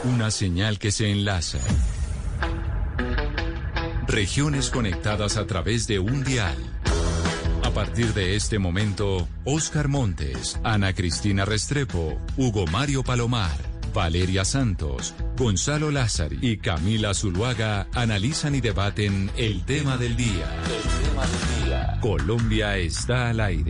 Una señal que se enlaza. Regiones conectadas a través de un dial. A partir de este momento, Óscar Montes, Ana Cristina Restrepo, Hugo Mario Palomar, Valeria Santos, Gonzalo Lázari y Camila Zuluaga analizan y debaten el tema del día. Colombia está al aire.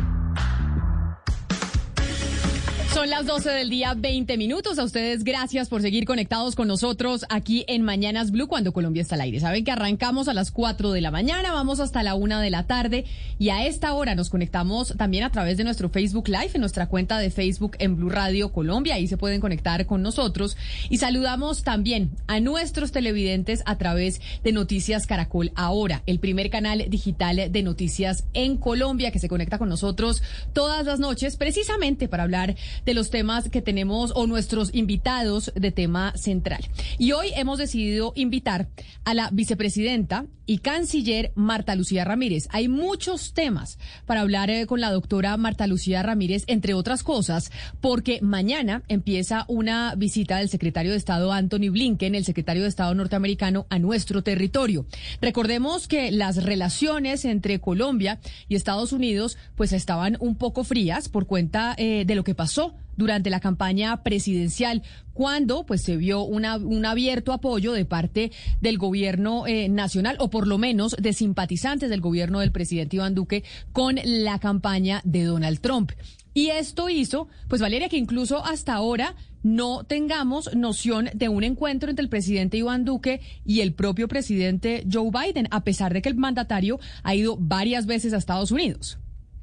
Son las 12 del día, 20 minutos. A ustedes, gracias por seguir conectados con nosotros aquí en Mañanas Blue, cuando Colombia está al aire. Saben que arrancamos a las 4 de la mañana, vamos hasta la 1 de la tarde y a esta hora nos conectamos también a través de nuestro Facebook Live, en nuestra cuenta de Facebook en Blue Radio Colombia. Ahí se pueden conectar con nosotros y saludamos también a nuestros televidentes a través de Noticias Caracol Ahora, el primer canal digital de noticias en Colombia, que se conecta con nosotros todas las noches precisamente para hablar de los temas que tenemos o nuestros invitados de tema central. Y hoy hemos decidido invitar a la vicepresidenta y canciller Marta Lucía Ramírez. Hay muchos temas para hablar con la doctora Marta Lucía Ramírez, entre otras cosas, porque mañana empieza una visita del secretario de Estado Anthony Blinken, el secretario de Estado norteamericano, a nuestro territorio. Recordemos que las relaciones entre Colombia y Estados Unidos pues estaban un poco frías por cuenta de lo que pasó durante la campaña presidencial, cuando pues se vio un abierto apoyo de parte del gobierno nacional, o por lo menos de simpatizantes del gobierno del presidente Iván Duque con la campaña de Donald Trump. Y esto hizo, pues Valeria, que incluso hasta ahora no tengamos noción de un encuentro entre el presidente Iván Duque y el propio presidente Joe Biden, a pesar de que el mandatario ha ido varias veces a Estados Unidos.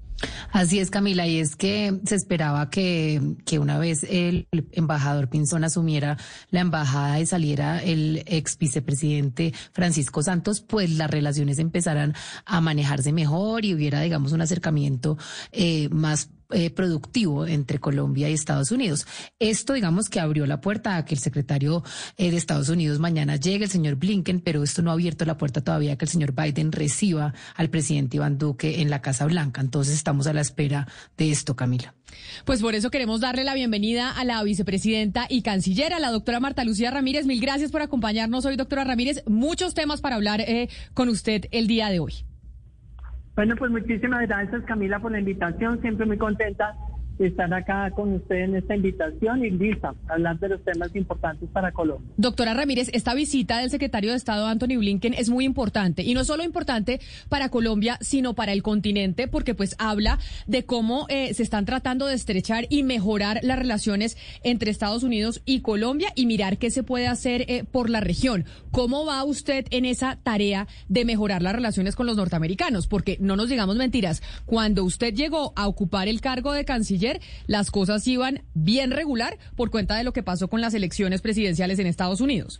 Así es, Camila, y es que se esperaba que una vez el embajador Pinzón asumiera la embajada y saliera el ex vicepresidente Francisco Santos, pues las relaciones empezaran a manejarse mejor y hubiera, digamos, un acercamiento más productivo entre Colombia y Estados Unidos. Esto, digamos, que abrió la puerta a que el secretario de Estados Unidos mañana llegue, el señor Blinken, pero esto no ha abierto la puerta todavía a que el señor Biden reciba al presidente Iván Duque en la Casa Blanca. Entonces estamos a la espera de esto, Camila. Pues por eso queremos darle la bienvenida a la vicepresidenta y canciller, a la doctora Marta Lucía Ramírez. Mil gracias por acompañarnos hoy, doctora Ramírez. Muchos temas para hablar con usted el día de hoy. Bueno, pues muchísimas gracias, Camila, por la invitación. Siempre muy contenta de estar acá con usted en esta invitación y lista a hablar de los temas importantes para Colombia. Doctora Ramírez, esta visita del secretario de Estado Anthony Blinken es muy importante, y no solo importante para Colombia, sino para el continente, porque pues habla de cómo se están tratando de estrechar y mejorar las relaciones entre Estados Unidos y Colombia y mirar qué se puede hacer por la región. ¿Cómo va usted en esa tarea de mejorar las relaciones con los norteamericanos? Porque no nos digamos mentiras, cuando usted llegó a ocupar el cargo de canciller, las cosas iban bien regular por cuenta de lo que pasó con las elecciones presidenciales en Estados Unidos.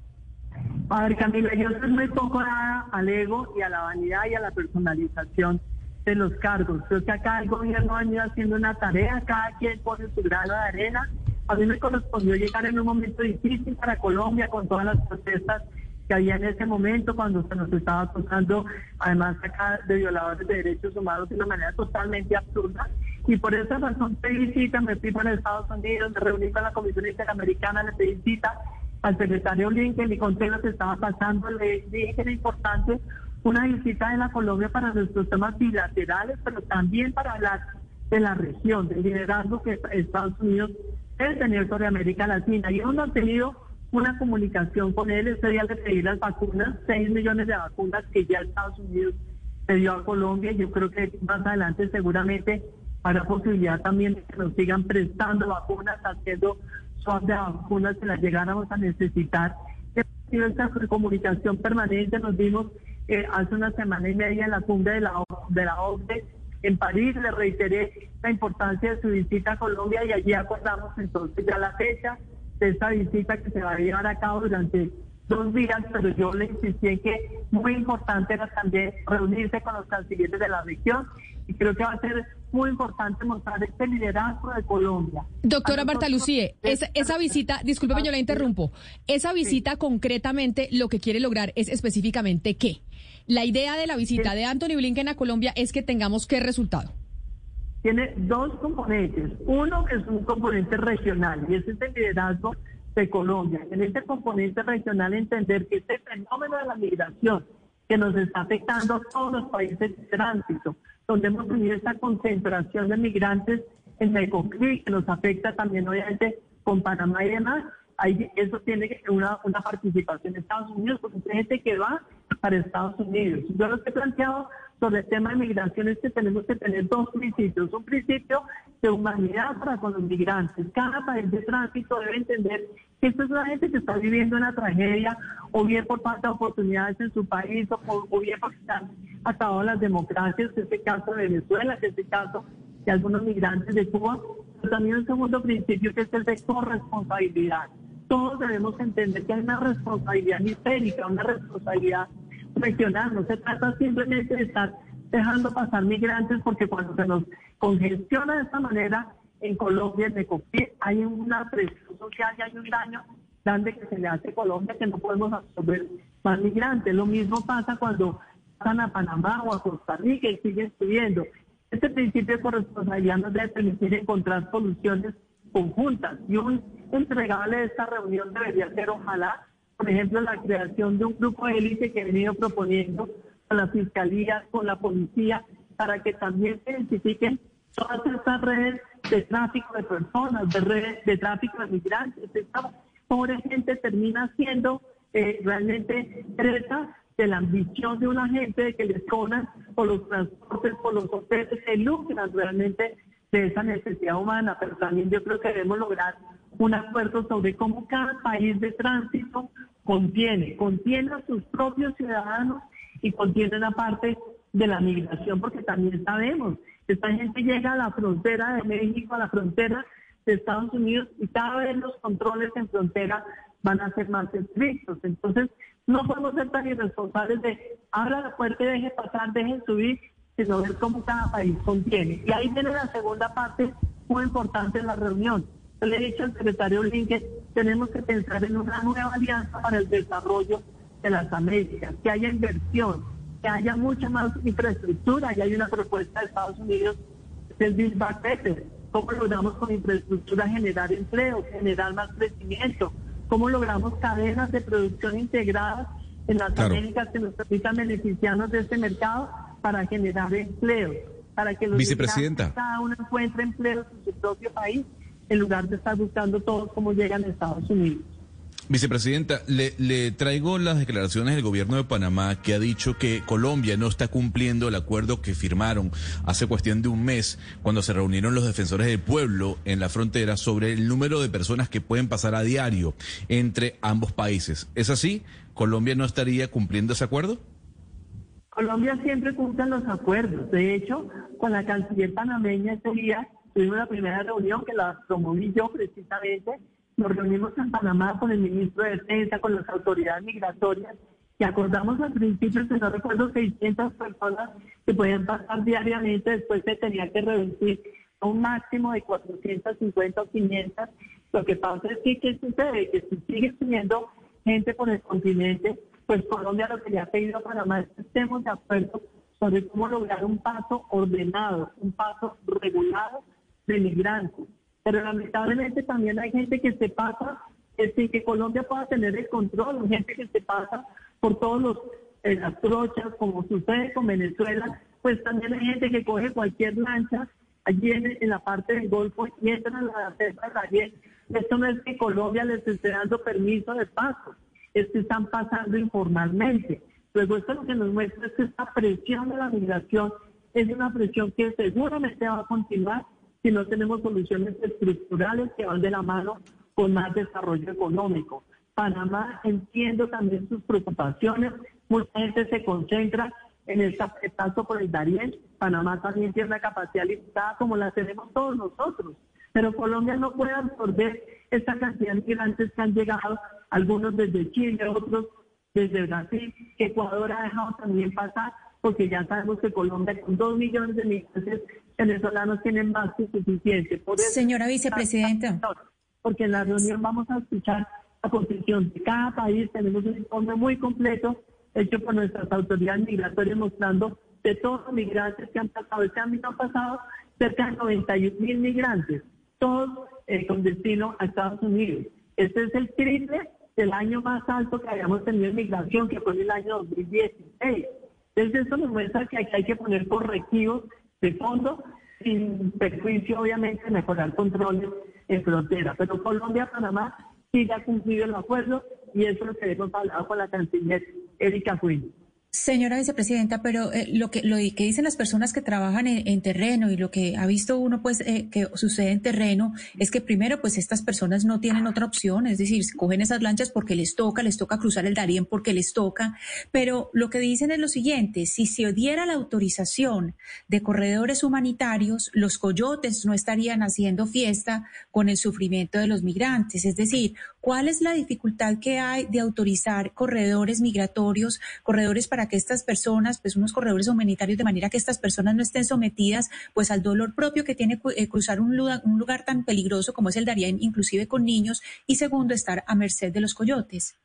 A ver, Camila, yo soy muy poco dada al ego y a la vanidad y a la personalización de los cargos. Creo que acá el gobierno ha venido haciendo una tarea, cada quien pone su grano de arena. A mí me correspondió llegar en un momento difícil para Colombia, con todas las protestas que había en ese momento, cuando se nos estaba acusando, además acá, de violadores de derechos humanos de una manera totalmente absurda. Y por esa razón pedí cita, me fui para Estados Unidos, me reuní con la Comisión Interamericana, le pedí cita al secretario Blinken, le conté lo que estaba pasando, le dije que era importante una visita en la Colombia para nuestros temas bilaterales, pero también para hablar de la región, del liderazgo que Estados Unidos debe tener sobre América Latina. Y hemos tenido una comunicación con él. Ese día le pedí las vacunas, 6 millones de vacunas que ya Estados Unidos le dio a Colombia. Yo creo que más adelante seguramente habrá posibilidad también de que nos sigan prestando vacunas, haciendo swap de vacunas si las llegáramos a necesitar. Esta comunicación permanente. Nos vimos hace una semana y media en la cumbre de la OCDE en París. Le reiteré la importancia de su visita a Colombia y allí acordamos entonces ya la fecha de esta visita, que se va a llevar a cabo durante 2 días, pero yo le insistí en que muy importante era también reunirse con los cancilleres de la región, y creo que va a ser muy importante mostrar este liderazgo de Colombia. Doctora Marta Lucía, esa visita, discúlpeme, yo la interrumpo, esa visita concretamente lo que quiere lograr es específicamente ¿qué? La idea de la visita de Anthony Blinken a Colombia es que tengamos ¿qué resultado? Tiene 2 componentes. Uno, que es un componente regional, y ese es el liderazgo de Colombia. En este componente regional entender que este fenómeno de la migración que nos está afectando a todos los países de tránsito, donde hemos tenido esta concentración de migrantes en Necoclí, que nos afecta también obviamente con Panamá y demás, ahí eso tiene que ser una participación de Estados Unidos, porque hay gente que va para Estados Unidos. Yo lo que he planteado sobre el tema de migración es que tenemos que tener dos principios. Un principio de humanidad para con los migrantes. Cada país de tránsito debe entender que esta es una gente que está viviendo una tragedia, o bien por falta de oportunidades en su país, o bien porque se han acabado las democracias, que es el caso de Venezuela, que es el caso de algunos migrantes de Cuba. Pero también un segundo principio que es el de corresponsabilidad. Todos debemos entender que hay una responsabilidad histórica, una responsabilidad regional. No se trata simplemente de estar dejando pasar migrantes, porque cuando se nos congestiona de esta manera en Colombia, en Necoclí, hay una presión social y hay un daño grande que se le hace a Colombia, que no podemos absorber más migrantes. Lo mismo pasa cuando pasan a Panamá o a Costa Rica y siguen subiendo. Este principio de corresponsabilidad nos debe permitir encontrar soluciones conjuntas, y un entregable de esta reunión debería ser, ojalá, por ejemplo, la creación de un grupo de élite que he venido proponiendo con la Fiscalía, con la Policía, para que también se identifiquen todas estas redes de tráfico de personas, de redes de tráfico de migrantes. Esta pobre gente termina siendo realmente presa de la ambición de una gente de que les cobran por los transportes, por los hoteles, se lucran realmente de esa necesidad humana. Pero también yo creo que debemos lograr un acuerdo sobre cómo cada país de tránsito contiene a sus propios ciudadanos y contiene una parte de la migración, porque también sabemos que esta gente llega a la frontera de México, a la frontera de Estados Unidos, y cada vez los controles en frontera van a ser más estrictos. Entonces, no podemos ser tan irresponsables de abra la puerta y deje pasar, deje subir, sino ver cómo cada país contiene. Y ahí viene la segunda parte muy importante de la reunión. Yo le he dicho al secretario Blinken que tenemos que pensar en una nueva alianza para el desarrollo de las Américas, que haya inversión, que haya mucha más infraestructura. Y hay una propuesta de Estados Unidos, del Build Back Better. ¿Cómo logramos con infraestructura generar empleo, generar más crecimiento? ¿Cómo logramos cadenas de producción integradas en las Américas que nos permitan beneficiarnos de este mercado para generar empleo? Para que los Vicepresidenta, cada uno encuentre empleos en su propio país, en lugar de estar buscando todos cómo llegan a Estados Unidos. Vicepresidenta, le traigo las declaraciones del gobierno de Panamá, que ha dicho que Colombia no está cumpliendo el acuerdo que firmaron hace cuestión de un mes, cuando se reunieron los defensores del pueblo en la frontera, sobre el número de personas que pueden pasar a diario entre ambos países. ¿Es así? ¿Colombia no estaría cumpliendo ese acuerdo? Colombia siempre cumple los acuerdos. De hecho, con la canciller panameña ese día tuvimos la primera reunión que la promoví yo precisamente. Nos reunimos en Panamá con el ministro de Defensa, con las autoridades migratorias, y acordamos al principio, si no recuerdo, 600 personas que podían pasar diariamente. Después se tenía que reducir a un máximo de 450 o 500. Lo que pasa es que, ¿qué sucede? Que si sigue teniendo gente por el continente, pues Colombia lo que le ha pedido a Panamá es que estemos de acuerdo sobre cómo lograr un paso ordenado, un paso regulado de migrantes. Pero lamentablemente también hay gente que se pasa sin que Colombia pueda tener el control, gente que se pasa por todos las trochas, como sucede con Venezuela. Pues también hay gente que coge cualquier lancha allí en la parte del Golfo y entran a la selva de Darién. Esto no es que Colombia les esté dando permiso de paso, es que están pasando informalmente. Luego esto lo que nos muestra es que esta presión de la migración es una presión que seguramente va a continuar si no tenemos soluciones estructurales que van de la mano con más desarrollo económico. Panamá, entiendo también sus preocupaciones, mucha gente se concentra en el paso por el Darién. Panamá también tiene una capacidad limitada como la tenemos todos nosotros, pero Colombia no puede absorber esta cantidad de migrantes que han llegado, algunos desde Chile, otros desde Brasil, que Ecuador ha dejado también pasar, porque ya sabemos que Colombia con 2 millones de migrantes venezolanos tienen más que suficiente. Por eso, señora vicepresidenta, porque en la reunión vamos a escuchar la posición de cada país. Tenemos un informe muy completo hecho por nuestras autoridades migratorias mostrando de todos los migrantes que han pasado. Este año han pasado cerca de 91.000 migrantes, todos con destino a Estados Unidos. Este es el triple del año más alto que habíamos tenido en migración, que fue en el año 2016. Entonces eso nos muestra que aquí hay que poner correctivos de fondo, sin perjuicio obviamente de mejorar controles en frontera. Pero Colombia, Panamá sí ha cumplido el acuerdo y eso es lo que hemos hablado con la canciller Erika Fuin. Señora vicepresidenta, pero lo que dicen las personas que trabajan en terreno y lo que ha visto uno pues que sucede en terreno es que primero pues estas personas no tienen otra opción, es decir, cogen esas lanchas porque les toca cruzar el Darién porque les toca, pero lo que dicen es lo siguiente: si se diera la autorización de corredores humanitarios, los coyotes no estarían haciendo fiesta con el sufrimiento de los migrantes, es decir, ¿cuál es la dificultad que hay de autorizar corredores migratorios, corredores para que estas personas, pues unos corredores humanitarios, de manera que estas personas no estén sometidas pues al dolor propio que tiene cruzar un lugar tan peligroso como es el Darién, inclusive con niños, y segundo, estar a merced de los coyotes?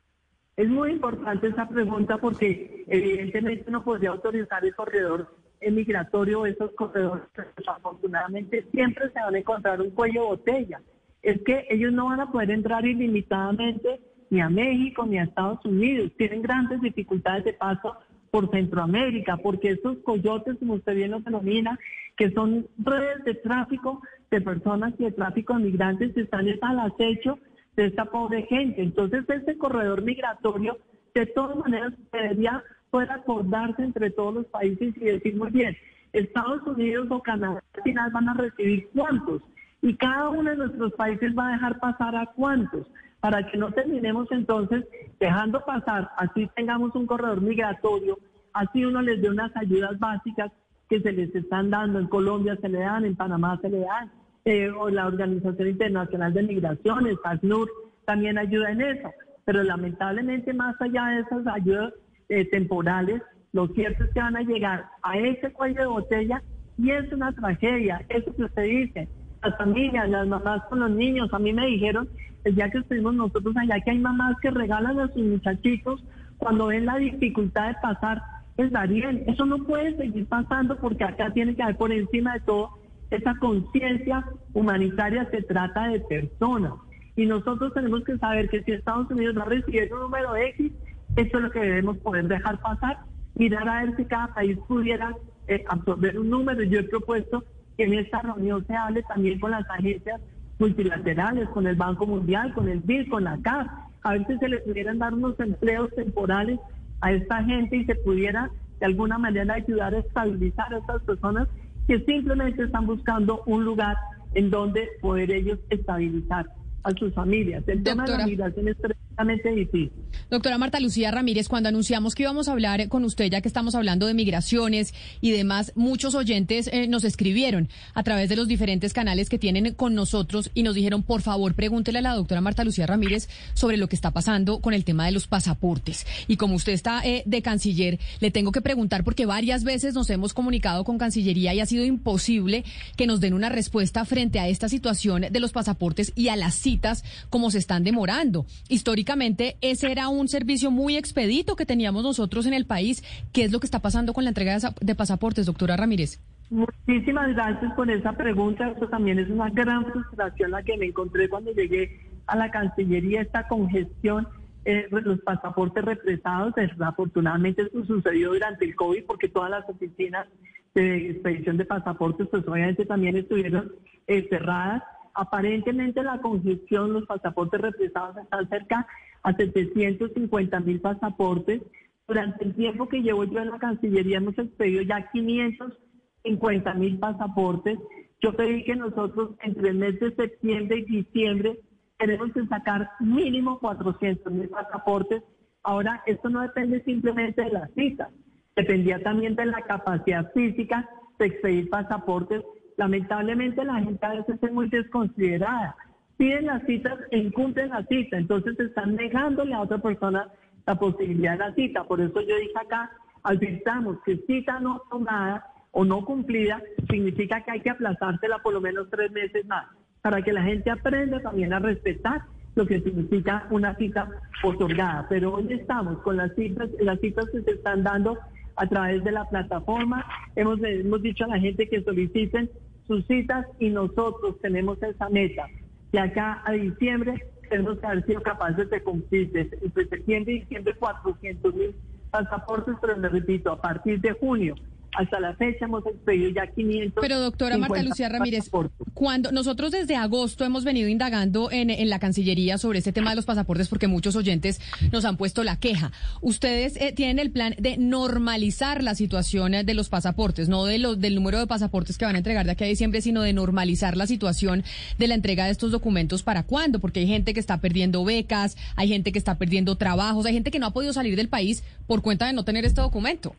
Es muy importante esa pregunta porque evidentemente no podría autorizar el corredor migratorio, esos corredores, afortunadamente siempre se van a encontrar un cuello de botella. Es que ellos no van a poder entrar ilimitadamente ni a México ni a Estados Unidos. Tienen grandes dificultades de paso por Centroamérica, porque esos coyotes, como usted bien lo denomina, que son redes de tráfico de personas y de tráfico de migrantes, están al acecho de esta pobre gente. Entonces, este corredor migratorio, de todas maneras, debería poder acordarse entre todos los países y decir, muy bien, Estados Unidos o Canadá al final van a recibir cuántos, y cada uno de nuestros países va a dejar pasar a cuántos, para que no terminemos entonces dejando pasar, así tengamos un corredor migratorio, así uno les dé unas ayudas básicas que se les están dando. En Colombia se le dan, en Panamá se le dan, o la Organización Internacional de Migraciones, ACNUR, también ayuda en eso. Pero lamentablemente, más allá de esas ayudas temporales, lo cierto es que van a llegar a ese cuello de botella y es una tragedia, eso que usted dice. Las familias, las mamás con los niños, a mí me dijeron el día que estuvimos nosotros allá que hay mamás que regalan a sus muchachitos cuando ven la dificultad de pasar el Darién. Eso no puede seguir pasando porque acá tiene que haber por encima de todo esa conciencia humanitaria. Se trata de personas y nosotros tenemos que saber que si Estados Unidos va a recibir un número X, eso es lo que debemos poder dejar pasar, mirar a ver si cada país pudiera absorber un número. Yo he propuesto que en esta reunión se hable también con las agencias multilaterales, con el Banco Mundial, con el BID, con la CAF, a ver si se le pudieran dar unos empleos temporales a esta gente y se pudiera de alguna manera ayudar a estabilizar a estas personas que simplemente están buscando un lugar en donde poder ellos estabilizar a sus familias. El tema de la migración es tremendamente difícil. Doctora Marta Lucía Ramírez, cuando anunciamos que íbamos a hablar con usted, ya que estamos hablando de migraciones y demás, muchos oyentes nos escribieron a través de los diferentes canales que tienen con nosotros y nos dijeron, por favor, pregúntele a la doctora Marta Lucía Ramírez sobre lo que está pasando con el tema de los pasaportes. Y como usted está de canciller, le tengo que preguntar porque varias veces nos hemos comunicado con Cancillería y ha sido imposible que nos den una respuesta frente a esta situación de los pasaportes y a las citas como se están demorando. Históricamente ese era un servicio muy expedito que teníamos nosotros en el país. ¿Qué es lo que está pasando con la entrega de pasaportes, doctora Ramírez? Muchísimas gracias por esa pregunta. Eso también es una gran frustración la que me encontré cuando llegué a la Cancillería, esta congestión, los pasaportes represados. Desafortunadamente eso sucedió durante el COVID porque todas las oficinas de expedición de pasaportes pues obviamente también estuvieron cerradas. Aparentemente la congestión, los pasaportes represados están cerca a 750,000 pasaportes. Durante el tiempo que llevo yo en la Cancillería hemos expedido ya 550,000 pasaportes. Yo pedí que nosotros entre el mes de septiembre y diciembre tenemos que sacar mínimo 400,000 pasaportes. Ahora, esto no depende simplemente de las citas, dependía también de la capacidad física de expedir pasaportes. Lamentablemente la gente a veces es muy desconsiderada. Piden las citas e incumplen la cita, entonces están negándole a otra persona la posibilidad de la cita. Por eso yo dije acá, advirtamos que cita no tomada o no cumplida significa que hay que aplazársela por lo menos 3 meses más, para que la gente aprenda también a respetar lo que significa una cita otorgada. Pero hoy estamos con las citas que se están dando a través de la plataforma. Hemos dicho a la gente que soliciten sus citas y nosotros tenemos esa meta, de acá a diciembre tenemos que haber sido capaces de cumplir entre septiembre y diciembre 400,000 pasaportes, pero les repito, a partir de junio hasta la fecha hemos expedido ya 500. Pero doctora Marta Lucía Ramírez, cuando nosotros desde agosto hemos venido indagando en la Cancillería sobre este tema de los pasaportes, porque muchos oyentes nos han puesto la queja. Ustedes tienen el plan de normalizar la situación de los pasaportes, no del número de pasaportes que van a entregar de aquí a diciembre, sino de normalizar la situación de la entrega de estos documentos. ¿Para cuándo? Porque hay gente que está perdiendo becas, hay gente que está perdiendo trabajos, hay gente que no ha podido salir del país por cuenta de no tener este documento.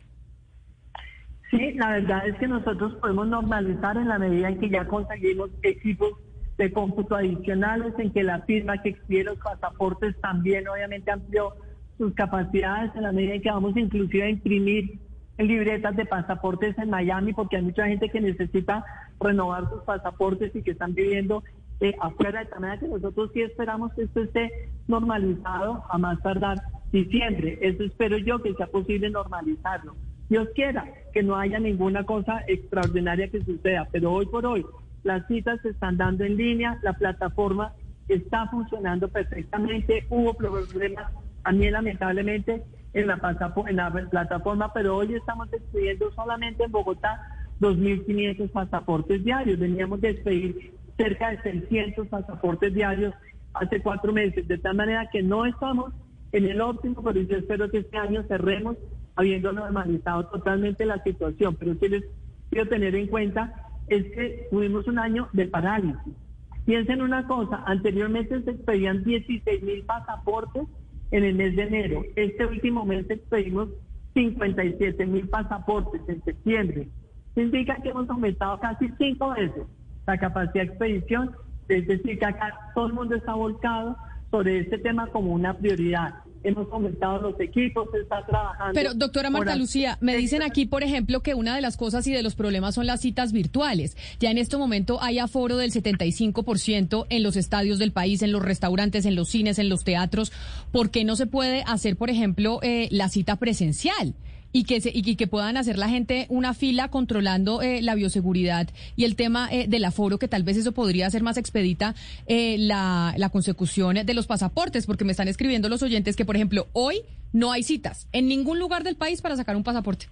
Sí, la verdad es que nosotros podemos normalizar en la medida en que ya conseguimos equipos de cómputo adicionales, en que la firma que expide los pasaportes también obviamente amplió sus capacidades, en la medida en que vamos inclusive a imprimir libretas de pasaportes en Miami, porque hay mucha gente que necesita renovar sus pasaportes y que están viviendo afuera, de tal manera que nosotros sí esperamos que esto esté normalizado a más tardar diciembre. Eso espero yo, que sea posible normalizarlo. Dios quiera que no haya ninguna cosa extraordinaria que suceda, pero hoy por hoy las citas se están dando en línea, la plataforma está funcionando perfectamente, hubo problemas también lamentablemente en la plataforma, pero hoy estamos expidiendo solamente en Bogotá 2.500 pasaportes diarios, veníamos de expedir cerca de 600 pasaportes diarios hace 4 meses, de tal manera que no estamos en el óptimo, pero yo espero que este año cerremos habiendo normalizado totalmente la situación. Pero sí les quiero tener en cuenta es que tuvimos un año de parálisis. Piensen una cosa, anteriormente se expedían 16,000 pasaportes en el mes de enero. Este último mes expedimos 57,000 pasaportes en septiembre. Significa que hemos aumentado casi 5 veces la capacidad de expedición, es decir, que acá todo el mundo está volcado sobre este tema como una prioridad. Hemos aumentado los equipos, se está trabajando. Pero, doctora Marta Lucía, me dicen aquí, por ejemplo, que una de las cosas y de los problemas son las citas virtuales. Ya en este momento hay aforo del 75% en los estadios del país, en los restaurantes, en los cines, en los teatros. ¿Por qué no se puede hacer, por ejemplo, la cita presencial? Y que puedan hacer la gente una fila controlando la bioseguridad y el tema del aforo, que tal vez eso podría hacer más expedita la consecución de los pasaportes, porque me están escribiendo los oyentes que, por ejemplo, hoy no hay citas en ningún lugar del país para sacar un pasaporte.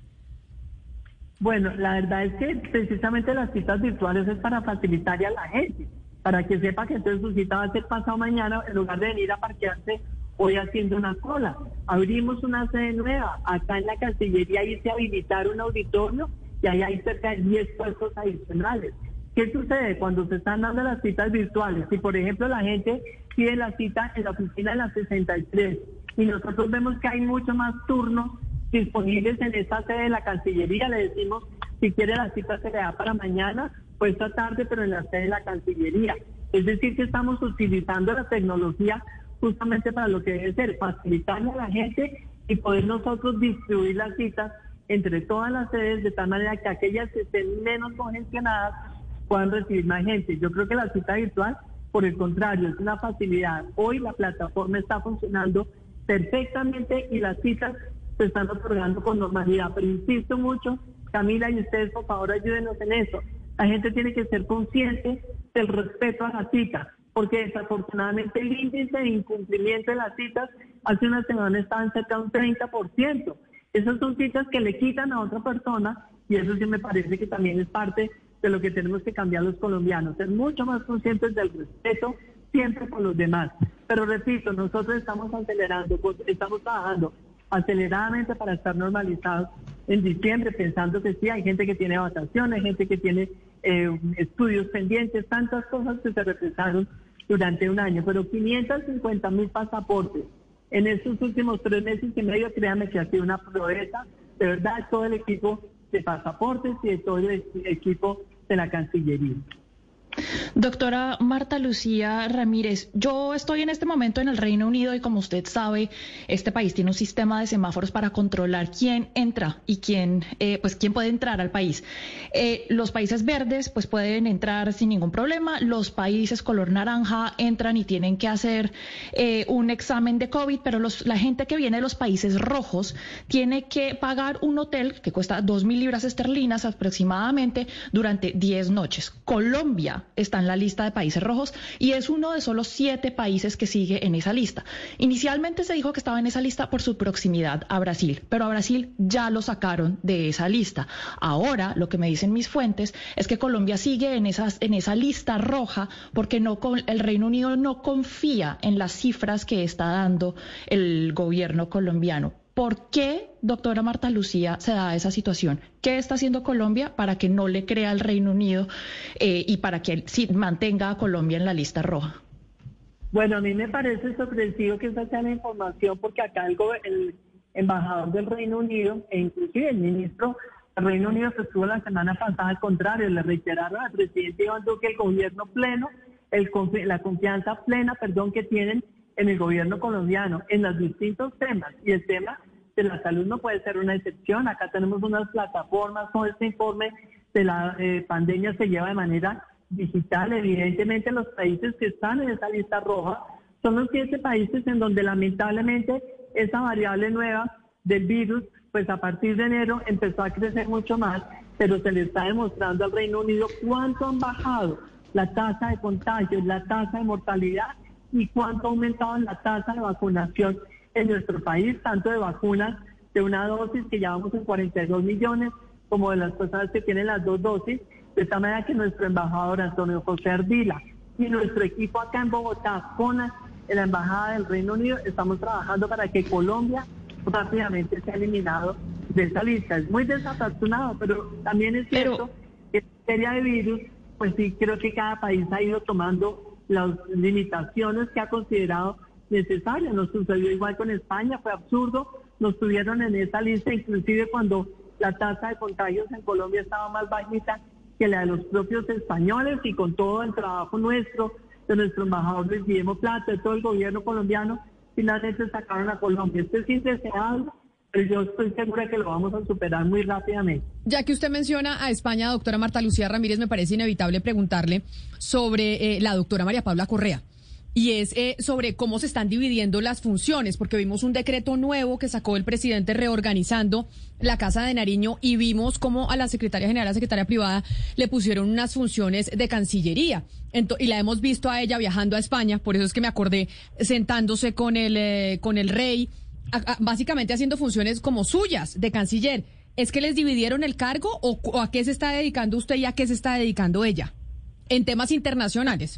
Bueno, la verdad es que precisamente las citas virtuales es para facilitarle a la gente, para que sepa que entonces su cita va a ser pasado mañana en lugar de venir a parquearse hoy haciendo una cola. Abrimos una sede nueva acá en la Cancillería, hice habilitar un auditorio y ahí hay cerca de 10 puestos adicionales. ¿Qué sucede cuando se están dando las citas virtuales? Si por ejemplo la gente pide la cita en la oficina de la 63 y nosotros vemos que hay mucho más turnos disponibles en esta sede de la Cancillería, le decimos si quiere la cita se le da para mañana o esta tarde, pero en la sede de la Cancillería. Es decir, que estamos utilizando la tecnología justamente para lo que debe ser, facilitarle a la gente y poder nosotros distribuir las citas entre todas las sedes de tal manera que aquellas que estén menos congestionadas puedan recibir más gente. Yo creo que la cita virtual, por el contrario, es una facilidad. Hoy la plataforma está funcionando perfectamente y las citas se están otorgando con normalidad. Pero insisto mucho, Camila, y ustedes por favor ayúdenos en eso. La gente tiene que ser consciente del respeto a la cita, porque desafortunadamente el índice de incumplimiento de las citas hace una semana estaban cerca de un 30%. Esas son citas que le quitan a otra persona y eso sí me parece que también es parte de lo que tenemos que cambiar los colombianos, ser mucho más conscientes del respeto siempre con los demás. Pero repito, nosotros estamos acelerando, estamos trabajando aceleradamente para estar normalizados en diciembre, pensando que sí, hay gente que tiene vacaciones, gente que tiene estudios pendientes, tantas cosas que se represaron durante un año, pero 550,000 pasaportes en estos últimos 3 meses y medio, créanme que ha sido una proeza, de verdad, todo el equipo de pasaportes y de todo el equipo de la Cancillería. Doctora Marta Lucía Ramírez, yo estoy en este momento en el Reino Unido y como usted sabe, este país tiene un sistema de semáforos para controlar quién entra y quién puede entrar al país. Los países verdes pues pueden entrar sin ningún problema, los países color naranja entran y tienen que hacer un examen de COVID, pero la gente que viene de los países rojos tiene que pagar un hotel que cuesta 2.000 libras esterlinas aproximadamente durante 10 noches. Colombia Colombia está en la lista de países rojos y es uno de solo 7 países que sigue en esa lista. Inicialmente se dijo que estaba en esa lista por su proximidad a Brasil, pero a Brasil ya lo sacaron de esa lista. Ahora, lo que me dicen mis fuentes es que Colombia sigue en esa lista roja porque el Reino Unido no confía en las cifras que está dando el gobierno colombiano. ¿Por qué, doctora Marta Lucía, se da esa situación? ¿Qué está haciendo Colombia para que no le crea al Reino Unido y para que sí mantenga a Colombia en la lista roja? Bueno, a mí me parece sorpresivo que esa sea la información, porque acá el embajador del Reino Unido e inclusive el ministro del Reino Unido que estuvo la semana pasada, al contrario, le reiteraron al presidente Iván Duque el gobierno pleno, la confianza plena, que tienen en el gobierno colombiano en los distintos temas, y el tema de la salud no puede ser una excepción. Acá tenemos unas plataformas, todo este informe de la pandemia se lleva de manera digital. Evidentemente los países que están en esa lista roja son los 7 países en donde lamentablemente esa variable nueva del virus, pues a partir de enero empezó a crecer mucho más, pero se le está demostrando al Reino Unido cuánto han bajado la tasa de contagios, la tasa de mortalidad y cuánto ha aumentado la tasa de vacunación en nuestro país, tanto de vacunas de una dosis, que ya vamos en 42 millones, como de las personas que tienen las 2 dosis, de esta manera que nuestro embajador Antonio José Ardila y nuestro equipo acá en Bogotá con la Embajada del Reino Unido estamos trabajando para que Colombia rápidamente sea eliminado de esa lista. Es muy desafortunado, pero también es cierto que en materia de virus, pues sí, creo que cada país ha ido tomando las limitaciones que ha considerado necesarias. Nos sucedió igual con España, fue absurdo, nos tuvieron en esa lista inclusive cuando la tasa de contagios en Colombia estaba más bajita que la de los propios españoles, y con todo el trabajo nuestro, de nuestro embajador Luis Guillermo Plata, de todo el gobierno colombiano, finalmente sacaron a Colombia. Esto es indeseable, pero yo estoy segura que lo vamos a superar muy rápidamente. Ya que usted menciona a España, doctora Marta Lucía Ramírez, me parece inevitable preguntarle sobre la doctora María Paula Correa. Y es sobre cómo se están dividiendo las funciones, porque vimos un decreto nuevo que sacó el presidente reorganizando la Casa de Nariño y vimos cómo a la secretaria general, a la secretaria privada, le pusieron unas funciones de Cancillería. Y la hemos visto a ella viajando a España, por eso es que me acordé, sentándose con el rey, básicamente haciendo funciones como suyas de canciller. ¿Es que les dividieron el cargo o a qué se está dedicando usted y a qué se está dedicando ella en temas internacionales?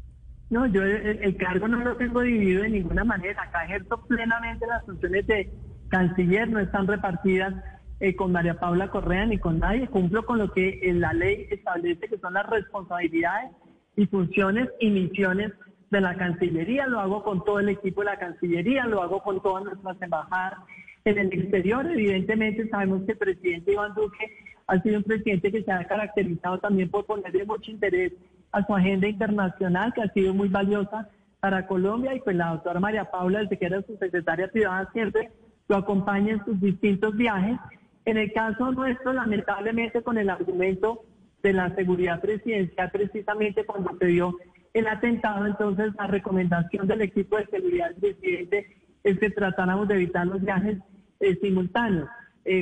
No, yo el cargo no lo tengo dividido de ninguna manera. Acá ejerzo plenamente las funciones de canciller, no están repartidas con María Paula Correa ni con nadie. Cumplo con lo que la ley establece, que son las responsabilidades y funciones y misiones de la Cancillería. Lo hago con todo el equipo de la Cancillería, lo hago con todas nuestras embajadas en el exterior. Evidentemente sabemos que el presidente Iván Duque ha sido un presidente que se ha caracterizado también por ponerle mucho interés a su agenda internacional, que ha sido muy valiosa para Colombia, y pues la doctora María Paula, desde que era su secretaria privada, siempre lo acompaña en sus distintos viajes. En el caso nuestro, lamentablemente, con el argumento de la seguridad presidencial, precisamente cuando se dio el atentado, entonces la recomendación del equipo de seguridad del presidente es que tratáramos de evitar los viajes simultáneos.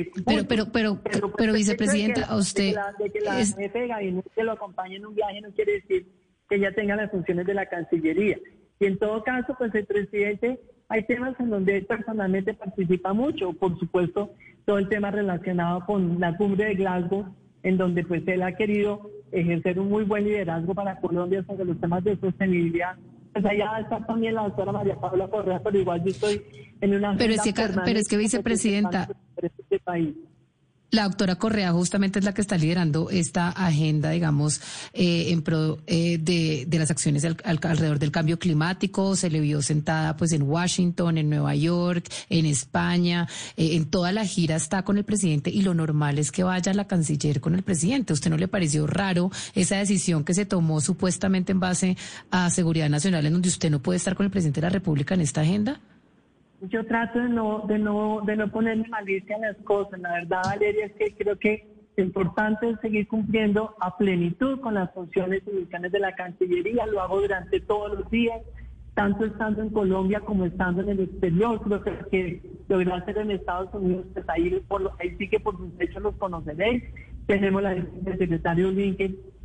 Pero vicepresidenta, a usted... De que la jefe de gabinete lo acompañe en un viaje no quiere decir que ella tenga las funciones de la Cancillería. Y en todo caso, pues el presidente, hay temas en donde él personalmente participa mucho. Por supuesto, todo el tema relacionado con la cumbre de Glasgow, en donde pues él ha querido ejercer un muy buen liderazgo para Colombia sobre los temas de sostenibilidad. Pues allá está también la doctora María Paula Correa, pero igual yo estoy en una agenda pero es que vicepresidenta, este país. La doctora Correa justamente es la que está liderando esta agenda, digamos, en pro de las acciones alrededor del cambio climático. Se le vio sentada pues en Washington, en Nueva York, en España, en toda la gira está con el presidente, y lo normal es que vaya la canciller con el presidente. ¿A usted no le pareció raro esa decisión que se tomó supuestamente en base a seguridad nacional, en donde usted no puede estar con el presidente de la República en esta agenda? Yo trato de no ponerle malicia a las cosas. La verdad, Valeria, es que creo que lo importante es seguir cumpliendo a plenitud con las funciones y misiones de la Cancillería. Lo hago durante todos los días, tanto estando en Colombia como estando en el exterior. Creo que lo que logré hacer en Estados Unidos, pues ahí sí que por sus hechos los conoceréis. Tenemos el secretario Blinken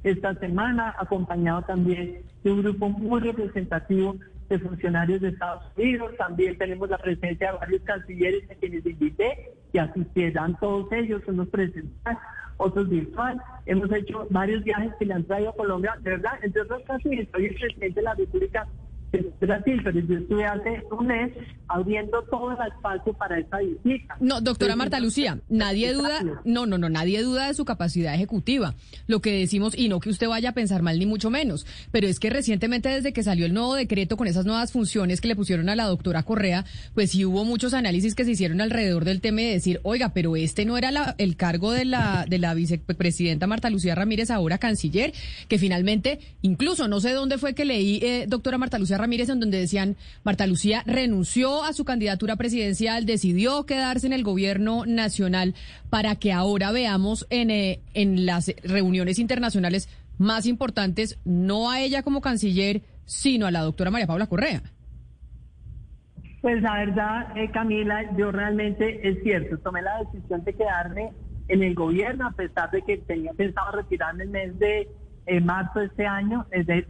esta semana, acompañado también de un grupo muy representativo de funcionarios de Estados Unidos. También tenemos la presencia de varios cancilleres a quienes invité y asistirán todos ellos, unos presenciales, otros virtual. Hemos hecho varios viajes que le han traído a Colombia, de verdad, entre otras cosas, soy el presidente de la República de Brasil, pero yo estuve hace un mes abriendo todo el espacio para esta visita. No, doctora Marta Lucía, nadie duda, nadie duda de su capacidad ejecutiva. Lo que decimos, y no que usted vaya a pensar mal ni mucho menos, pero es que recientemente desde que salió el nuevo decreto con esas nuevas funciones que le pusieron a la doctora Correa, pues sí hubo muchos análisis que se hicieron alrededor del tema de decir, oiga, pero este no era el cargo de la vicepresidenta Marta Lucía Ramírez, ahora canciller, que finalmente, incluso no sé dónde fue que leí, doctora Marta Lucía Ramírez, en donde decían, Marta Lucía renunció a su candidatura presidencial, decidió quedarse en el gobierno nacional para que ahora veamos en las reuniones internacionales más importantes, no a ella como canciller, sino a la doctora María Paula Correa. Pues la verdad, Camila, yo realmente, es cierto, tomé la decisión de quedarme en el gobierno, a pesar de que tenía pensado retirarme el mes de marzo de este año,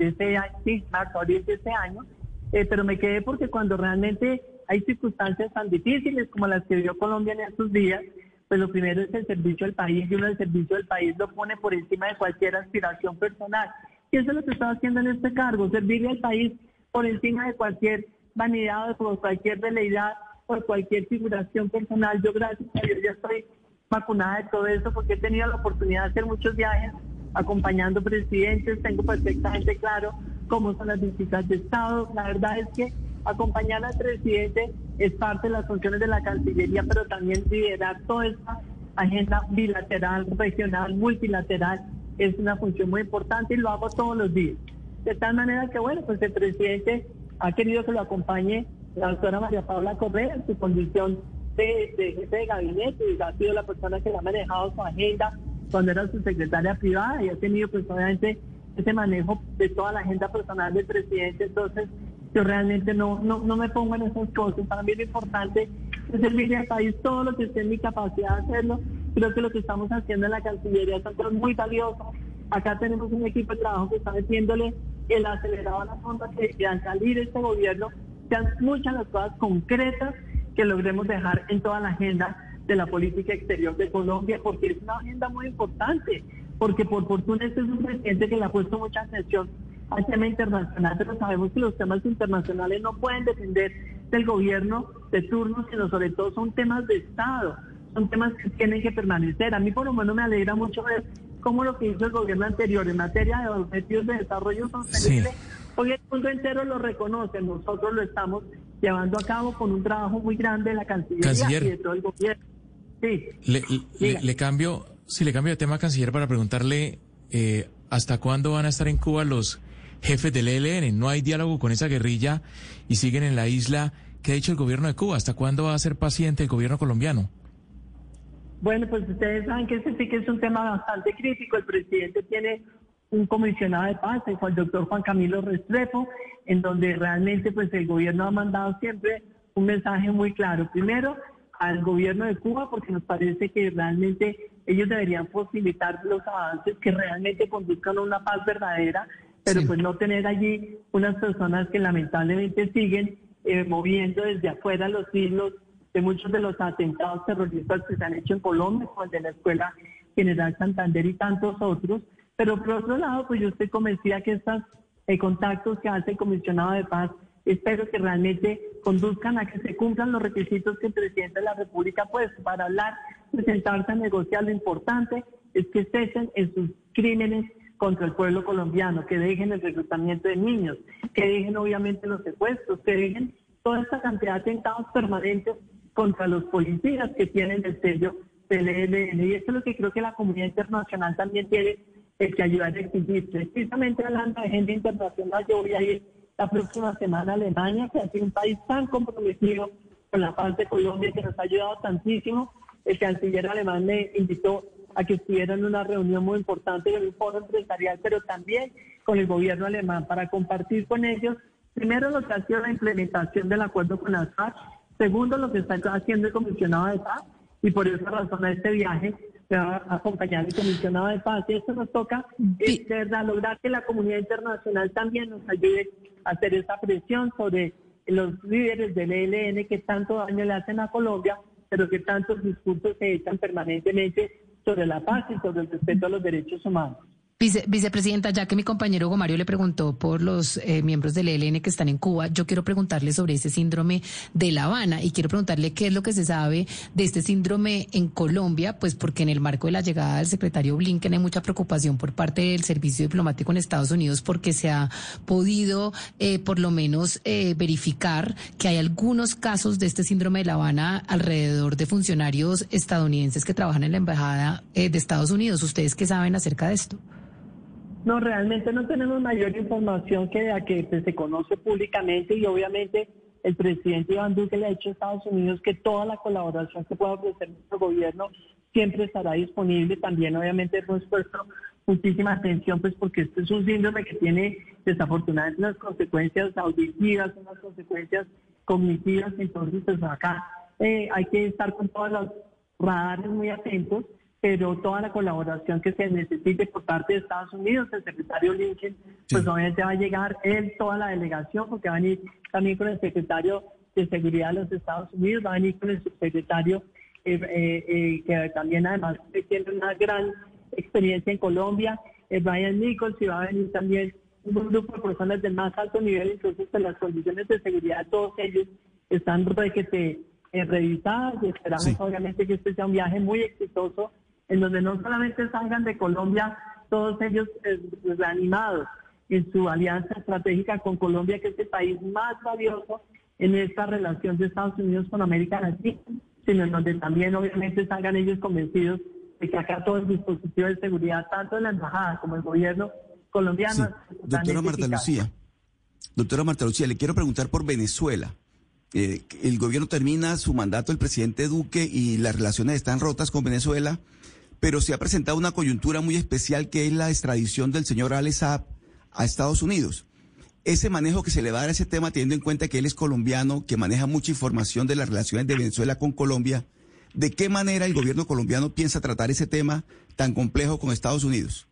abril de este año, pero me quedé porque cuando realmente hay circunstancias tan difíciles como las que vivió Colombia en estos días, pues lo primero es el servicio al país, y uno el servicio al país lo pone por encima de cualquier aspiración personal. Y eso es lo que estoy haciendo en este cargo, servirle al país por encima de cualquier vanidad o por cualquier veleidad, por cualquier figuración personal. Yo, gracias a Dios, ya estoy vacunada de todo eso porque he tenido la oportunidad de hacer muchos viajes acompañando presidentes, tengo perfectamente claro cómo son las visitas de Estado. La verdad es que acompañar al presidente es parte de las funciones de la Cancillería, pero también liderar toda esta agenda bilateral, regional, multilateral, es una función muy importante y lo hago todos los días. De tal manera que, bueno, pues el presidente ha querido que lo acompañe la doctora María Paula Correa en su condición de jefe de gabinete, y ha sido la persona que le ha manejado su agenda cuando era su secretaria privada, y ha tenido pues obviamente ese manejo de toda la agenda personal del presidente. Entonces yo realmente no me pongo en esas cosas. Para mí lo importante es servirle al país todo lo que esté en mi capacidad de hacerlo. Creo que lo que estamos haciendo en la Cancillería son cosas muy valiosas. Acá tenemos un equipo de trabajo que está metiéndole el acelerador a la sonda, que al salir este gobierno sean muchas las cosas concretas que logremos dejar en toda la agenda de la política exterior de Colombia, porque es una agenda muy importante, porque por fortuna este es un presidente que le ha puesto mucha atención al tema internacional, pero sabemos que los temas internacionales no pueden depender del gobierno de turno, sino sobre todo son temas de Estado, son temas que tienen que permanecer. A mí por lo menos me alegra mucho ver cómo lo que hizo el gobierno anterior en materia de objetivos de desarrollo sostenible, hoy el mundo entero lo reconoce, nosotros lo estamos llevando a cabo con un trabajo muy grande de la Cancillería y de todo el gobierno. Sí. Le cambio de tema, canciller, para preguntarle ¿hasta cuándo van a estar en Cuba los jefes del ELN? No hay diálogo con esa guerrilla y siguen en la isla. ¿Qué ha dicho el gobierno de Cuba? ¿Hasta cuándo va a ser paciente el gobierno colombiano? Bueno, pues ustedes saben que ese sí que es un tema bastante crítico. El presidente tiene un comisionado de paz, el doctor Juan Camilo Restrepo, en donde realmente pues el gobierno ha mandado siempre un mensaje muy claro. Primero, al gobierno de Cuba, porque nos parece que realmente ellos deberían posibilitar los avances que realmente conduzcan a una paz verdadera, pero pues no tener allí unas personas que lamentablemente siguen moviendo desde afuera los hilos de muchos de los atentados terroristas que se han hecho en Colombia, como el de la Escuela General Santander y tantos otros. Pero por otro lado, pues yo estoy convencida que estos contactos que hace el comisionado de paz, espero que realmente conduzcan a que se cumplan los requisitos que el presidente de la República ha puesto para hablar, sentarse a negociar. Lo importante es que cesen en sus crímenes contra el pueblo colombiano, que dejen el reclutamiento de niños, que dejen obviamente los secuestros, que dejen toda esta cantidad de atentados permanentes contra los policías que tienen el sello del ELN. Y eso es lo que creo que la comunidad internacional también tiene que ayudar a exigir. Precisamente hablando de agenda internacional, yo voy a ir la próxima semana a Alemania, que ha sido un país tan comprometido con la paz de Colombia, que nos ha ayudado tantísimo. El canciller alemán me invitó a que estuviera en una reunión muy importante en un foro empresarial, pero también con el gobierno alemán, para compartir con ellos, primero, lo que ha sido la implementación del acuerdo con las FARC, segundo, lo que está haciendo el comisionado de paz, y por esa razón a este viaje acompañar al comisionado de paz. Y esto nos toca, de verdad, lograr que la comunidad internacional también nos ayude a hacer esa presión sobre los líderes del ELN que tanto daño le hacen a Colombia, pero que tantos discursos se echan permanentemente sobre la paz y sobre el respeto a los derechos humanos. Vicepresidenta, ya que mi compañero Hugo Mario le preguntó por los miembros del ELN que están en Cuba, yo quiero preguntarle sobre ese síndrome de La Habana y quiero preguntarle qué es lo que se sabe de este síndrome en Colombia, pues porque en el marco de la llegada del secretario Blinken hay mucha preocupación por parte del servicio diplomático en Estados Unidos porque se ha podido por lo menos verificar que hay algunos casos de este síndrome de La Habana alrededor de funcionarios estadounidenses que trabajan en la embajada de Estados Unidos. ¿Ustedes qué saben acerca de esto? No, realmente no tenemos mayor información que la que se conoce públicamente y obviamente el presidente Iván Duque le ha dicho a Estados Unidos que toda la colaboración que pueda ofrecer nuestro gobierno siempre estará disponible. También obviamente hemos puesto muchísima atención pues porque este es un síndrome que tiene desafortunadamente unas consecuencias auditivas, unas consecuencias cognitivas. Entonces pues acá hay que estar con todos los radares muy atentos, pero toda la colaboración que se necesite por parte de Estados Unidos, el secretario Blinken, pues obviamente va a llegar él, toda la delegación, porque va a venir también con el secretario de Seguridad de los Estados Unidos, va a venir con el subsecretario que también además tiene una gran experiencia en Colombia, Brian Nichols, y va a venir también un grupo de personas del más alto nivel. Entonces pues las condiciones de seguridad de todos ellos están revisadas y esperamos obviamente que este sea un viaje muy exitoso en donde no solamente salgan de Colombia todos ellos reanimados en su alianza estratégica con Colombia, que es el país más valioso en esta relación de Estados Unidos con América Latina, sino en donde también obviamente salgan ellos convencidos de que acá todo el dispositivo de seguridad, tanto de la embajada como el gobierno colombiano. Sí. Doctora Marta Lucía, le quiero preguntar por Venezuela. El gobierno termina su mandato, el presidente Duque, y las relaciones están rotas con Venezuela, pero se ha presentado una coyuntura muy especial que es la extradición del señor Alex Saab a Estados Unidos. Ese manejo que se le va a dar a ese tema, teniendo en cuenta que él es colombiano, que maneja mucha información de las relaciones de Venezuela con Colombia, ¿de qué manera el gobierno colombiano piensa tratar ese tema tan complejo con Estados Unidos?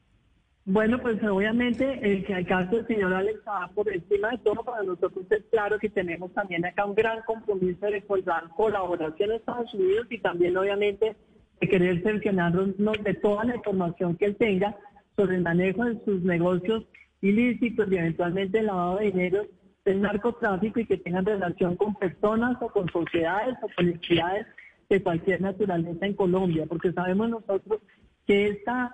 Bueno, pues obviamente el caso del señor Alex Saab, por encima de todo, para nosotros es claro que tenemos también acá un gran compromiso de colaboración a Estados Unidos y también obviamente de querer cerciorarnos de toda la información que él tenga sobre el manejo de sus negocios ilícitos y eventualmente el lavado de dinero del narcotráfico y que tengan relación con personas o con sociedades o con entidades de cualquier naturaleza en Colombia, porque sabemos nosotros que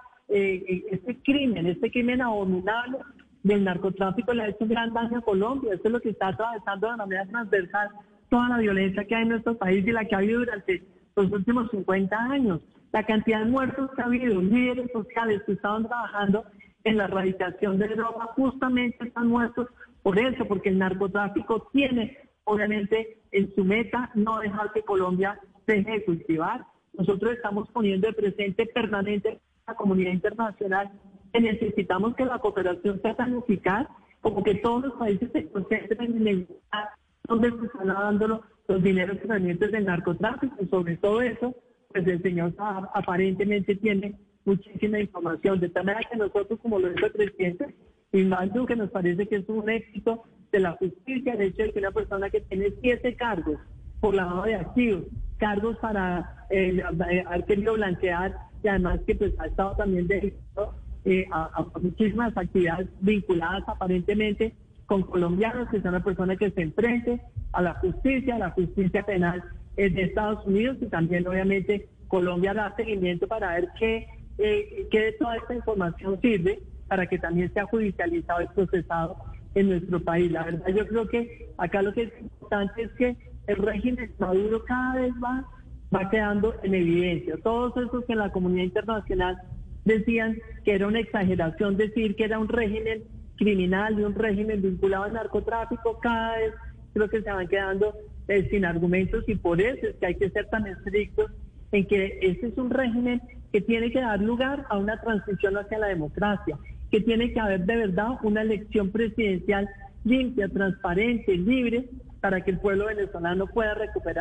este crimen abominable del narcotráfico le ha hecho un gran daño a Colombia. Esto es lo que está atravesando de manera transversal toda la violencia que hay en nuestro país y la que ha habido durante los últimos 50 años. La cantidad de muertos que ha habido, líderes sociales que estaban trabajando en la erradicación de droga, justamente están muertos por eso, porque el narcotráfico tiene, obviamente, en su meta no dejar que Colombia deje de cultivar. Nosotros estamos poniendo de presente permanente a la comunidad internacional que necesitamos que la cooperación sea tan eficaz como que todos los países se concentren en el lugar donde se están dando los dineros provenientes del narcotráfico. Y sobre todo eso, pues el señor Saab aparentemente tiene muchísima información, de tal manera que nosotros, como lo dijo el presidente Iván Duque, nos parece que es un éxito de la justicia, el hecho de que una persona que tiene 7 cargos por lavado de activos, cargos para haber querido blanquear, y además que pues ha estado también dedicado a muchísimas actividades vinculadas aparentemente con colombianos, que son una persona que se enfrente a la justicia penal de Estados Unidos, y también obviamente Colombia da seguimiento para ver qué de toda esta información sirve para que también sea judicializado y procesado en nuestro país. La verdad, yo creo que acá lo que es importante es que el régimen Maduro cada vez va quedando en evidencia. Todos esos que en la comunidad internacional decían que era una exageración decir que era un régimen criminal y un régimen vinculado al narcotráfico, cada vez creo que se van quedando sin argumentos, y por eso es que hay que ser tan estrictos en que ese es un régimen que tiene que dar lugar a una transición hacia la democracia, que tiene que haber de verdad una elección presidencial limpia, transparente, libre, para que el pueblo venezolano pueda recuperar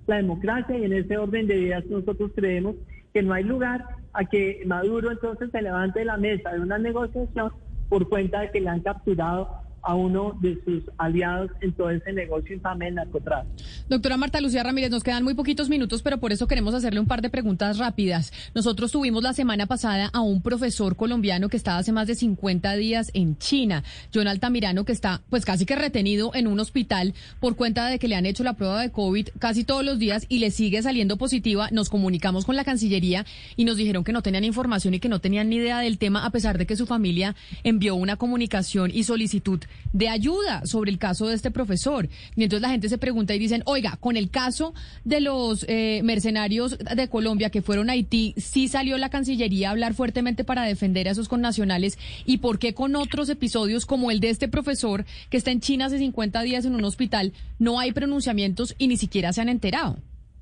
la democracia, y en ese orden de ideas nosotros creemos que no hay lugar a que Maduro entonces se levante de la mesa de una negociación por cuenta de que le han capturado a uno de sus aliados en todo ese negocio infame del narcotráfico. Doctora Marta Lucía Ramírez, nos quedan muy poquitos minutos, pero por eso queremos hacerle un par de preguntas rápidas. Nosotros tuvimos la semana pasada a un profesor colombiano que estaba hace más de 50 días en China, John Altamirano, que está pues casi que retenido en un hospital por cuenta de que le han hecho la prueba de COVID casi todos los días y le sigue saliendo positiva. Nos comunicamos con la Cancillería y nos dijeron que no tenían información y que no tenían ni idea del tema, a pesar de que su familia envió una comunicación y solicitud de ayuda sobre el caso de este profesor. Y entonces la gente se pregunta y dicen, oiga, con el caso de los mercenarios de Colombia que fueron a Haití, sí salió la Cancillería a hablar fuertemente para defender a esos connacionales, ¿y por qué con otros episodios como el de este profesor que está en China hace 50 días en un hospital no hay pronunciamientos y ni siquiera se han enterado?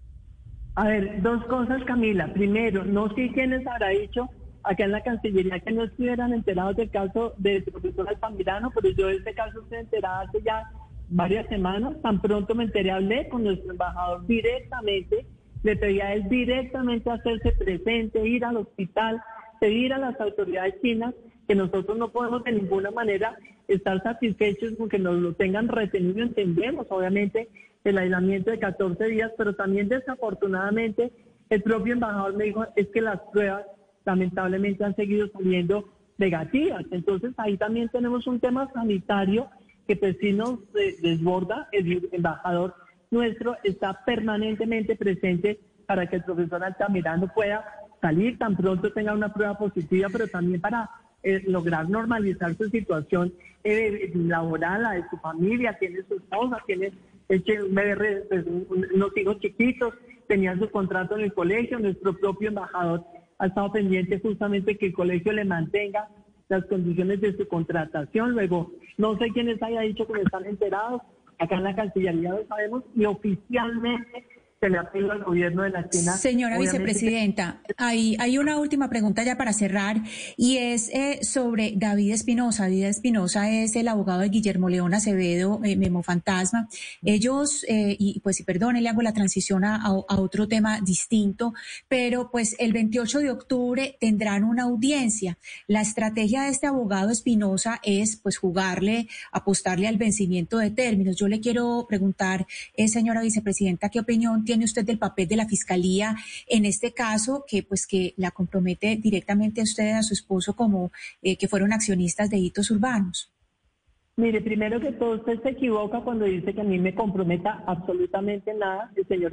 A ver, dos cosas, Camila. Primero, no sé quiénes habrá dicho acá en la Cancillería que no estuvieran enterados del caso del profesor Altamirano, pero yo de este caso estoy enterada hace ya varias semanas. Tan pronto me enteré, hablé con nuestro embajador directamente, le pedí a él directamente hacerse presente, ir al hospital, pedir a las autoridades chinas que nosotros no podemos de ninguna manera estar satisfechos con que nos lo tengan retenido. Entendemos, obviamente, el aislamiento de 14 días, pero también desafortunadamente el propio embajador me dijo es que las pruebas lamentablemente han seguido saliendo negativas. Entonces ahí también tenemos un tema sanitario que pues sí nos desborda. El embajador nuestro está permanentemente presente para que el profesor Altamirano pueda salir tan pronto tenga una prueba positiva, pero también para lograr normalizar su situación laboral, la de su familia. Tiene su esposa, tiene un bebé, pues, unos hijos chiquitos, tenía su contrato en el colegio. Nuestro propio embajador ha estado pendiente justamente que el colegio le mantenga las condiciones de su contratación. Luego, no sé quiénes haya dicho que no están enterados, acá en la Cancillería lo sabemos, y oficialmente se le ha pedido al gobierno de la China. Señora vicepresidenta, hay una última pregunta ya para cerrar, y es sobre David Espinosa. David Espinosa es el abogado de Guillermo León Acevedo, Memo Fantasma. Ellos, y perdone, le hago la transición a otro tema distinto, pero pues el 28 de octubre tendrán una audiencia. La estrategia de este abogado Espinosa es pues apostarle al vencimiento de términos. Yo le quiero preguntar, señora vicepresidenta, ¿qué opinión tiene usted del papel de la Fiscalía en este caso que la compromete directamente a usted y a su esposo como que fueron accionistas de Hitos Urbanos? Mire, primero que todo, usted se equivoca cuando dice que a mí me comprometa absolutamente nada el señor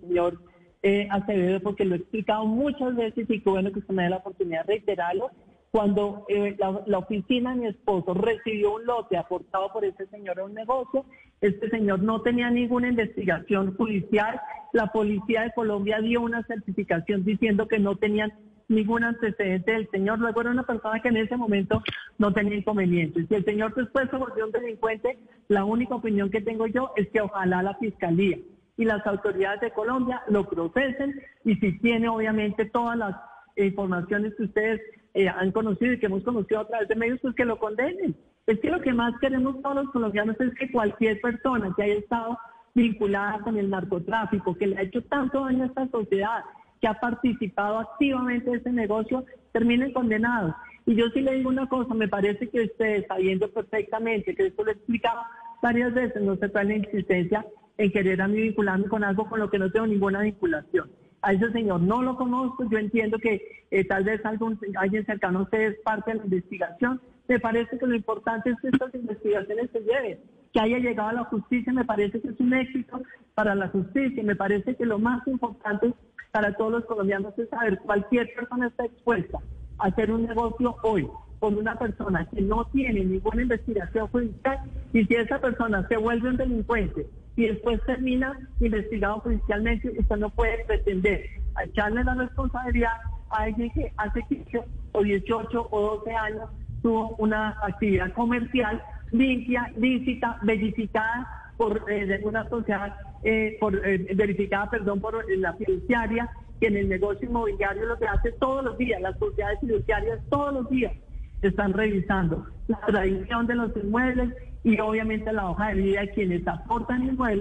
Acevedo, porque lo he explicado muchas veces y qué bueno que usted me dé la oportunidad de reiterarlo. Cuando la oficina de mi esposo recibió un lote aportado por este señor a un negocio, este señor no tenía ninguna investigación judicial. La policía de Colombia dio una certificación diciendo que no tenían ningún antecedente del señor. Luego era una persona que en ese momento no tenía inconvenientes. Si el señor después se volvió un delincuente, la única opinión que tengo yo es que ojalá la Fiscalía y las autoridades de Colombia lo procesen, y si tiene obviamente todas las informaciones que ustedes han conocido y que hemos conocido a través de medios, pues que lo condenen. Es que lo que más queremos todos los colombianos es que cualquier persona que haya estado vinculada con el narcotráfico, que le ha hecho tanto daño a esta sociedad, que ha participado activamente en ese negocio, terminen condenados. Y yo sí le digo una cosa, me parece que ustedes, sabiendo perfectamente que esto lo he explicado varias veces, no se trae la insistencia en querer a mí vincularme con algo con lo que no tengo ninguna vinculación. A ese señor no lo conozco, yo entiendo que tal vez alguien cercano a usted es parte de la investigación. Me parece que lo importante es que estas investigaciones se lleven, que haya llegado a la justicia. Me parece que es un éxito para la justicia. Me parece que lo más importante para todos los colombianos es saber cualquier persona está expuesta a hacer un negocio hoy con una persona que no tiene ninguna investigación judicial, y si esa persona se vuelve un delincuente y después termina investigado judicialmente, usted no puede pretender echarle la responsabilidad a alguien que hace 15 o 18 o 12 años tuvo una actividad comercial limpia, lícita, verificada por una sociedad, verificada por la fiduciaria, que en el negocio inmobiliario lo que hace todos los días, las sociedades fiduciarias todos los días están revisando la tradición de los inmuebles y obviamente la hoja de vida de quienes aportan inmuebles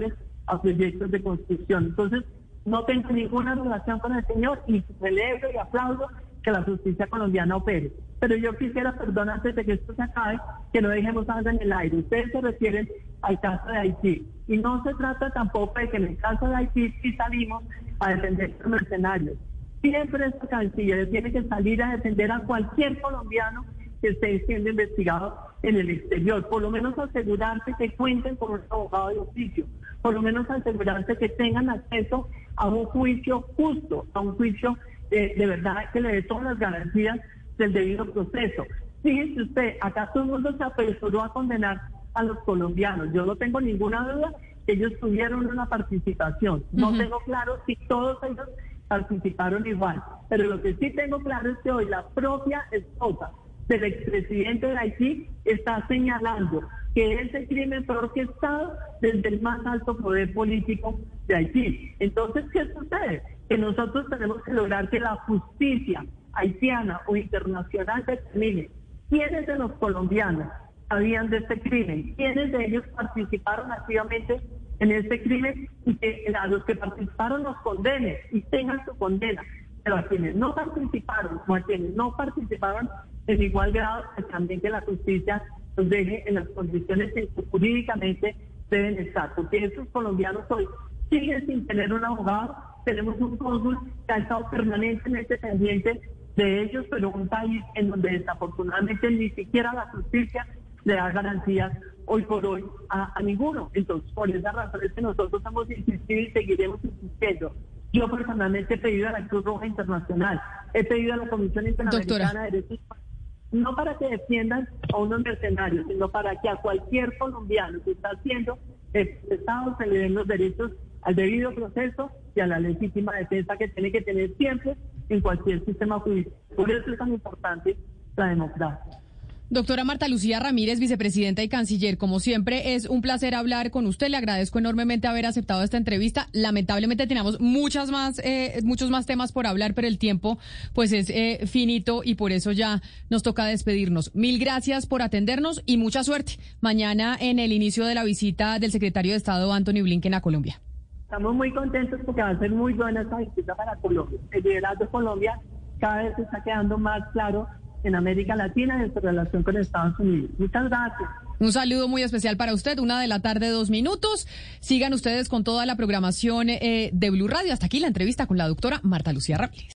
a proyectos de construcción. Entonces, no tengo ninguna relación con el señor y celebro y aplaudo que la justicia colombiana opere. Pero yo quisiera, perdón, antes de que esto se acabe, que no dejemos algo en el aire. Ustedes se refieren al caso de Haití. Y no se trata tampoco de que en el caso de Haití sí salimos a defender a los mercenarios. Siempre esta canciller tiene que salir a defender a cualquier colombiano que esté siendo investigado en el exterior. Por lo menos asegurarse que cuenten con un abogado de oficio. Por lo menos asegurarse que tengan acceso a un juicio justo, a un juicio de verdad que le dé todas las garantías del debido proceso. Fíjese usted, acá todo el mundo se apresuró a condenar a los colombianos. Yo no tengo ninguna duda que ellos tuvieron una participación. No tengo claro si todos ellos participaron igual. Pero lo que sí tengo claro es que hoy la propia esposa del expresidente de Haití está señalando que ese crimen fue orquestado desde el más alto poder político de Haití. Entonces, ¿qué sucede? Que nosotros tenemos que lograr que la justicia haitiana o internacional determine quiénes de los colombianos sabían de este crimen, quiénes de ellos participaron activamente en este crimen y que a los que participaron los condene y tengan su condena. Pero a quienes no participaron o a quienes no participaron en igual grado, pues también que la justicia los deje en las condiciones que jurídicamente deben estar, porque esos colombianos hoy siguen sin tener un abogado. Tenemos un cónsul que ha estado permanentemente pendiente de ellos, pero un país en donde desafortunadamente ni siquiera la justicia le da garantías hoy por hoy a ninguno. Entonces, por esa razón es que nosotros hemos insistido y seguiremos insistiendo. Yo personalmente he pedido a la Cruz Roja Internacional, he pedido a la Comisión Interamericana de Derechos Humanos, no para que defiendan a unos mercenarios, sino para que a cualquier colombiano que está siendo procesado se le den los derechos al debido proceso y a la legítima defensa que tiene que tener siempre en cualquier sistema judicial. Por eso es tan importante la democracia. Doctora Marta Lucía Ramírez, vicepresidenta y canciller, como siempre es un placer hablar con usted. Le agradezco enormemente haber aceptado esta entrevista. Lamentablemente teníamos muchos más temas por hablar, pero el tiempo pues es finito y por eso ya nos toca despedirnos. Mil gracias por atendernos y mucha suerte mañana en el inicio de la visita del secretario de Estado Anthony Blinken a Colombia. Estamos muy contentos porque va a ser muy buena esta visita para Colombia. El liderazgo de Colombia cada vez está quedando más claro en América Latina y en su relación con Estados Unidos. Muchas gracias. Un saludo muy especial para usted, 1:00 p.m, 2 minutos. Sigan ustedes con toda la programación de Blue Radio. Hasta aquí la entrevista con la doctora Marta Lucía Ramírez.